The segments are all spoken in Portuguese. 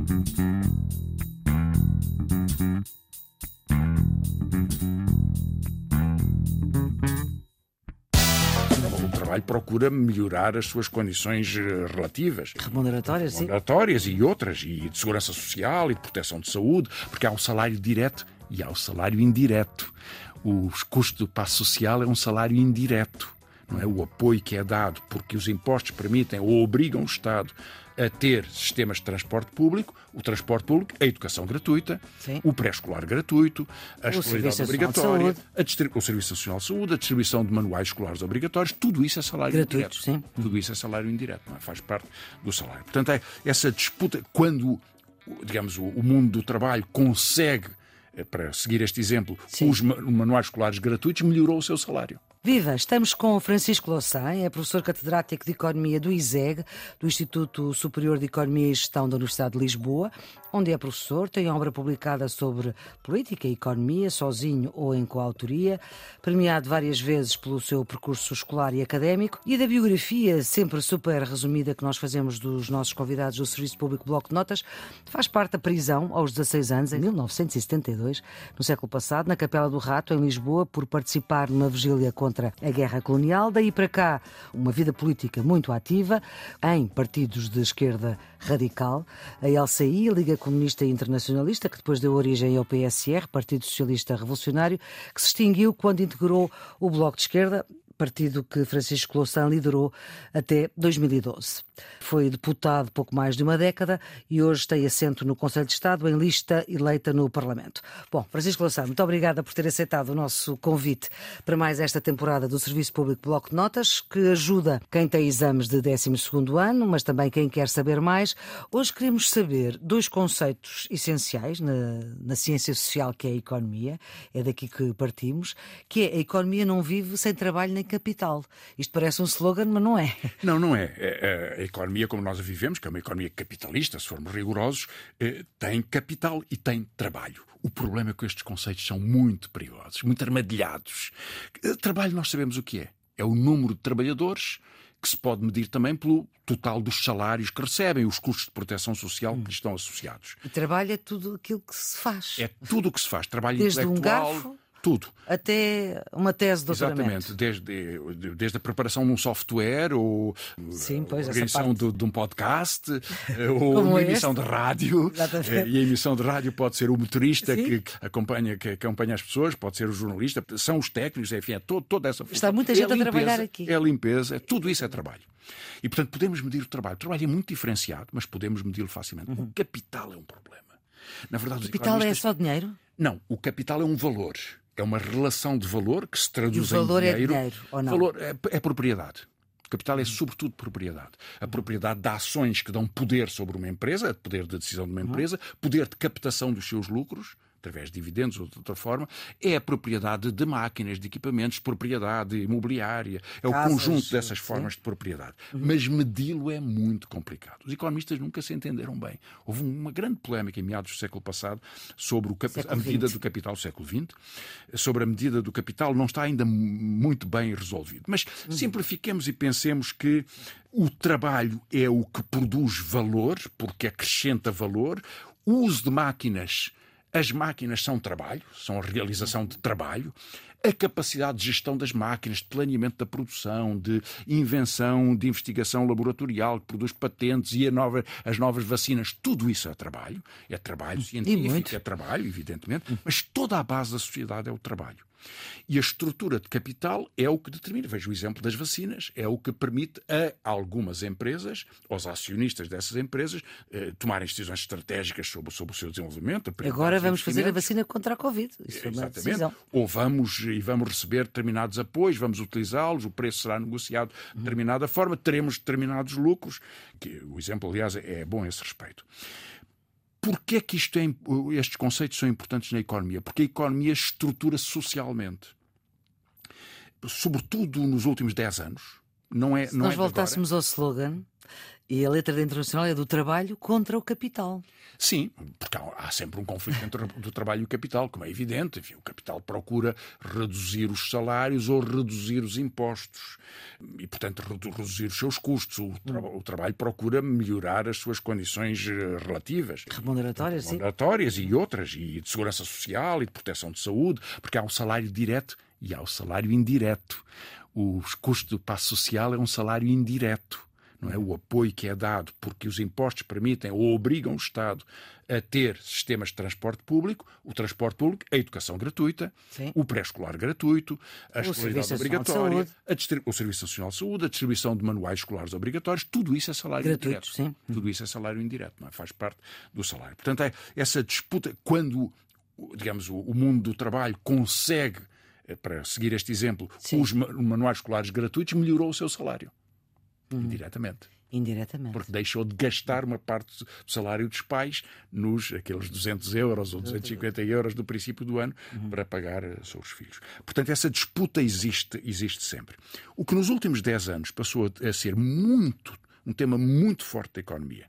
O trabalho procura melhorar as suas condições relativas. Remuneratórias, e outras, e de segurança social e de proteção de saúde, porque há o salário direto e há o salário indireto. O custo do passo social é um salário indireto. Não é? O apoio que é dado porque os impostos permitem ou obrigam o Estado a ter sistemas de transporte público, o transporte público, a educação gratuita, sim, o pré-escolar gratuito, a escolaridade obrigatória, o Serviço Nacional de Saúde, a distribuição de manuais escolares obrigatórios, tudo isso é salário indireto. Sim. Tudo isso é salário indireto, não é? Faz parte do salário. Portanto, é essa disputa, quando, digamos, o mundo do trabalho consegue, para seguir este exemplo, sim, os manuais escolares gratuitos, melhorou o seu salário. Viva! Estamos com Francisco Louçã, é professor catedrático de Economia do ISEG, do Instituto Superior de Economia e Gestão da Universidade de Lisboa, onde é professor, tem obra publicada sobre política e economia, sozinho ou em coautoria, premiado várias vezes pelo seu percurso escolar e académico, e da biografia sempre super resumida que nós fazemos dos nossos convidados do Serviço Público Bloco de Notas, faz parte da prisão aos 16 anos, em 1972, no século passado, na Capela do Rato, em Lisboa, por participar numa vigília contra a guerra colonial. Daí para cá, uma vida política muito ativa em partidos de esquerda radical, a LCI, a Liga Comunista Internacionalista, que depois deu origem ao PSR, Partido Socialista Revolucionário, que se extinguiu quando integrou o Bloco de Esquerda, partido que Francisco Louçã liderou até 2012. Foi deputado pouco mais de uma década e hoje tem assento no Conselho de Estado em lista eleita no Parlamento. Bom, Francisco Louçã, muito obrigada por ter aceitado o nosso convite para mais esta temporada do Serviço Público Bloco de Notas, que ajuda quem tem exames de 12º ano, mas também quem quer saber mais. Hoje queremos saber dois conceitos essenciais na ciência social, que é a economia, é daqui que partimos, que é: a economia não vive sem trabalho nem capital. Isto parece um slogan, mas não é. Não é. A economia como nós a vivemos, que é uma economia capitalista, se formos rigorosos, tem capital e tem trabalho. O problema é que estes conceitos são muito perigosos, muito armadilhados. Trabalho nós sabemos o que é. É o número de trabalhadores, que se pode medir também pelo total dos salários que recebem, os custos de proteção social que lhes estão associados. E trabalho é tudo aquilo que se faz. É tudo o que se faz. Trabalho desde intelectual... um garfo tudo. Até uma tese de doutoramento. Exatamente. Desde a preparação de um software, ou a organização de um podcast, ou uma emissão de rádio. E a emissão de rádio pode ser o motorista que acompanha as pessoas, pode ser o jornalista, são os técnicos, enfim, é toda essa função. Está muita gente a trabalhar aqui. É a limpeza, tudo isso é trabalho. E, portanto, podemos medir o trabalho. O trabalho é muito diferenciado, mas podemos medi-lo facilmente. O capital é um problema. Na verdade, o capital é só dinheiro? Não, o capital é um valor. É uma relação de valor que se traduz em dinheiro. E o valor é dinheiro, ou não? Valor é propriedade. O capital é sobretudo propriedade. A propriedade de ações que dão poder sobre uma empresa, poder de decisão de uma empresa, poder de captação dos seus lucros, através de dividendos ou de outra forma, é a propriedade de máquinas, de equipamentos, de propriedade imobiliária, é o conjunto dessas formas de propriedade. Mas medi-lo é muito complicado. Os economistas nunca se entenderam bem. Houve uma grande polémica em meados do século passado sobre a medida do capital do século XX. Sobre a medida do capital não está ainda muito bem resolvido. Mas simplifiquemos e pensemos que o trabalho é o que produz valor, porque acrescenta valor. O uso de máquinas... As máquinas são trabalho, são a realização de trabalho. A capacidade de gestão das máquinas, de planeamento da produção, de invenção, de investigação laboratorial, que produz patentes e as novas vacinas, tudo isso é trabalho científico, é trabalho, evidentemente, mas toda a base da sociedade é o trabalho. E a estrutura de capital é o que determina, veja o exemplo das vacinas, é o que permite a algumas empresas, aos acionistas dessas empresas, tomarem decisões estratégicas sobre o seu desenvolvimento. Agora vamos fazer a vacina contra a Covid. Isso foi uma decisão. Ou vamos receber determinados apoios, vamos utilizá-los, o preço será negociado de determinada forma, teremos determinados lucros, que o exemplo, aliás, é bom a esse respeito. Porquê é que estes conceitos são importantes na economia? Porque a economia estrutura-se socialmente. Sobretudo nos últimos 10 anos. Se nós voltássemos ao slogan, E a letra da Internacional é do trabalho contra o capital. Sim, porque há sempre um conflito entre o trabalho e o capital, como é evidente. Enfim, o capital procura reduzir os salários ou reduzir os impostos e, portanto, reduzir os seus custos. O trabalho procura melhorar as suas condições relativas. Remuneratórias e outras, e de segurança social e de proteção de saúde, porque há um salário direto e há o salário indireto. O custo do passo social é um salário indireto. Não é? O apoio que é dado porque os impostos permitem ou obrigam o Estado a ter sistemas de transporte público, o transporte público, a educação gratuita, sim, o pré-escolar gratuito, a escolaridade obrigatória, o Serviço Nacional de Saúde, a distribuição de manuais escolares obrigatórios, tudo isso é salário indireto. Sim. Tudo isso é salário indireto, não é? Faz parte do salário. Portanto, é essa disputa, quando, digamos, o mundo do trabalho consegue, para seguir este exemplo, sim, os manuais escolares gratuitos, melhorou o seu salário. Indiretamente. Porque deixou de gastar uma parte do salário dos pais aqueles 200 euros ou 250 euros do princípio do ano para pagar aos seus filhos. Portanto, essa disputa existe sempre. O que nos últimos 10 anos passou a ser um tema muito forte da economia.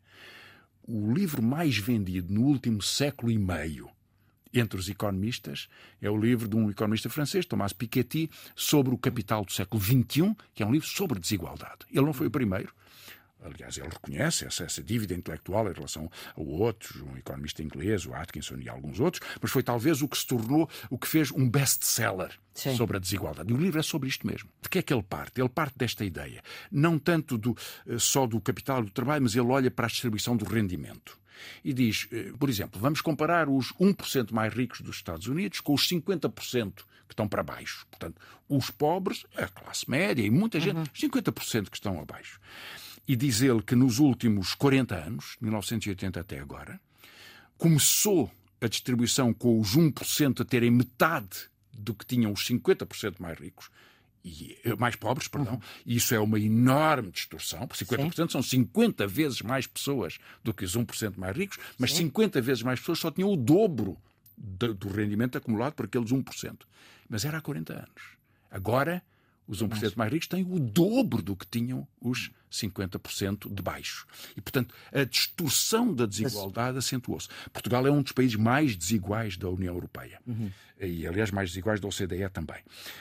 O livro mais vendido no último século e meio entre os economistas é o livro de um economista francês, Thomas Piketty, sobre o capital do século XXI, que é um livro sobre desigualdade. Ele não foi o primeiro. Aliás, ele reconhece essa dívida intelectual em relação a outros, um economista inglês, o Atkinson e alguns outros, mas foi talvez o que fez um best-seller sobre a desigualdade. E o livro é sobre isto mesmo. De que é que ele parte? Ele parte desta ideia, não tanto só do capital e do trabalho, mas ele olha para a distribuição do rendimento. E diz, por exemplo, vamos comparar os 1% mais ricos dos Estados Unidos com os 50% que estão para baixo. Portanto, os pobres, a classe média e muita gente, 50% que estão abaixo. E diz ele que nos últimos 40 anos, 1980 até agora, começou a distribuição com os 1% a terem metade do que tinham os 50% mais ricos, mais pobres, perdão, e isso é uma enorme distorção, porque 50% são 50 vezes mais pessoas do que os 1% mais ricos, mas 50 vezes mais pessoas só tinham o dobro do rendimento acumulado por aqueles 1%. Mas era há 40 anos. Agora, os 1% mais ricos têm o dobro do que tinham os 50% de baixo. E, portanto, a distorção da desigualdade acentuou-se. Portugal é um dos países mais desiguais da União Europeia. E, aliás, mais desiguais da OCDE também.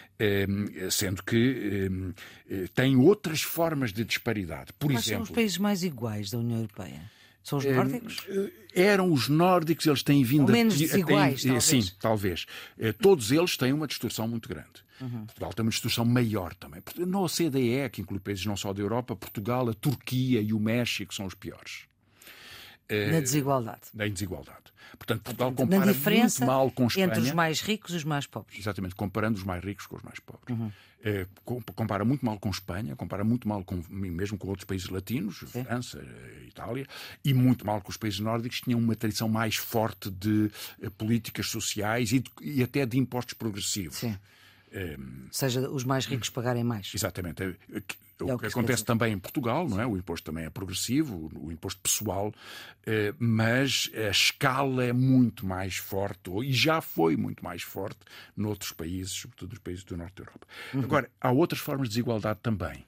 Sendo que tem outras formas de disparidade. Por exemplo, são os países mais iguais da União Europeia? São os nórdicos? Eram os nórdicos, eles têm vindo menos desiguais, talvez. Sim, talvez. Todos eles têm uma distorção muito grande. Portugal tem uma distorção maior também. Na OCDE, que inclui países não só da Europa, Portugal, a Turquia e o México são os piores. Na desigualdade. Na desigualdade. Portanto, Portugal compara muito mal com Espanha. Entre os mais ricos e os mais pobres. Exatamente, comparando os mais ricos com os mais pobres. Compara muito mal com Espanha, compara muito mal mesmo com outros países latinos, França, Itália, e muito mal com os países nórdicos, que tinham uma tradição mais forte de políticas sociais e até de impostos progressivos. Sim. Ou seja, os mais ricos pagarem mais. Exatamente. O que acontece também em Portugal, não é? O imposto também é progressivo, o imposto pessoal, mas a escala é muito mais forte, e já foi muito mais forte noutros países, sobretudo nos países do norte da Europa. Agora, há outras formas de desigualdade também.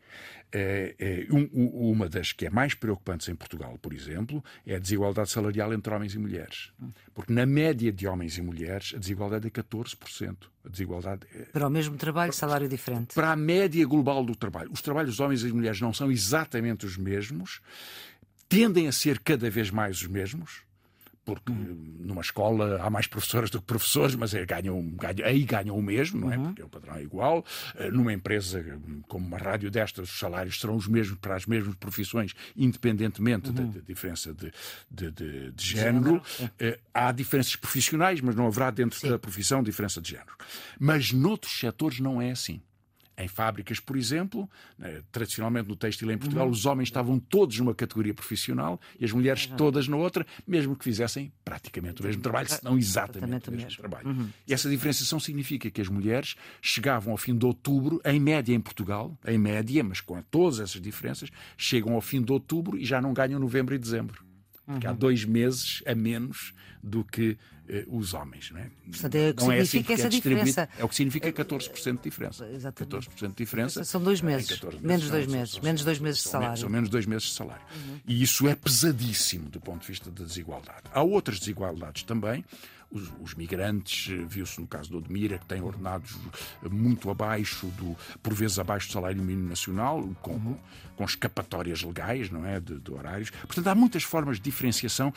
Uma das que é mais preocupantes em Portugal, por exemplo, é a desigualdade salarial entre homens e mulheres. Porque na média de homens e mulheres a desigualdade é 14%. A desigualdade para o mesmo trabalho, salário diferente. Para a média global do trabalho. Os trabalhos dos homens e das mulheres não são exatamente os mesmos, tendem a ser cada vez mais os mesmos, porque numa escola há mais professoras do que professores, mas aí ganham o mesmo, não é? Porque o padrão é igual. Numa empresa como uma rádio destas, os salários serão os mesmos para as mesmas profissões, independentemente da diferença de género. Há diferenças profissionais, mas não haverá dentro da profissão diferença de género. Mas noutros setores não é assim. Em fábricas, por exemplo, tradicionalmente no têxtil em Portugal, os homens estavam todos numa categoria profissional e as mulheres todas na outra, mesmo que fizessem praticamente o mesmo trabalho, se não exatamente o mesmo trabalho. E essa diferenciação significa que as mulheres chegavam ao fim de outubro, em média em Portugal, em média, mas com todas essas diferenças, chegam ao fim de outubro e já não ganham novembro e dezembro. porque há 2 meses a menos do que os homens. Não é? Portanto, é o que significa essa diferença. É o que significa 14% de diferença. Exatamente. 14% de diferença. São 2 meses. Menos 2 meses. Menos 2 meses de salário. São menos 2 meses de salário. E isso é pesadíssimo do ponto de vista da desigualdade. Há outras desigualdades também. Os migrantes, viu-se no caso do Odmira, que têm ordenados muito abaixo, por vezes abaixo do salário mínimo nacional, com escapatórias legais, não é, de horários. Portanto, há muitas formas de diferenciação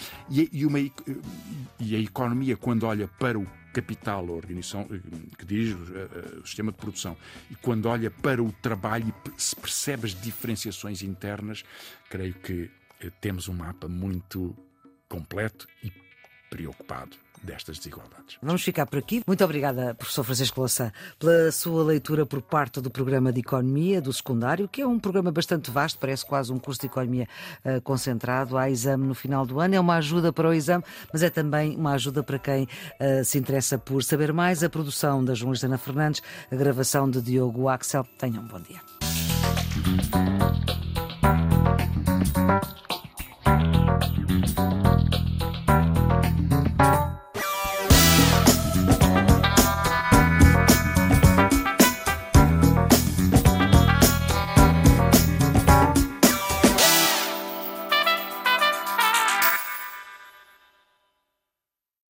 e a economia, quando olha para o capital, a organização que dirige o sistema de produção, e quando olha para o trabalho e se percebe as diferenciações internas, creio que temos um mapa muito completo e preocupado destas desigualdades. Vamos ficar por aqui. Muito obrigada, professor Francisco Louçã, pela sua leitura por parte do programa de Economia do secundário, que é um programa bastante vasto, parece quase um curso de Economia concentrado. Há exame no final do ano, é uma ajuda para o exame, mas é também uma ajuda para quem se interessa por saber mais. A produção da jornalista Ana Fernandes, a gravação de Diogo Axel. Tenham um bom dia.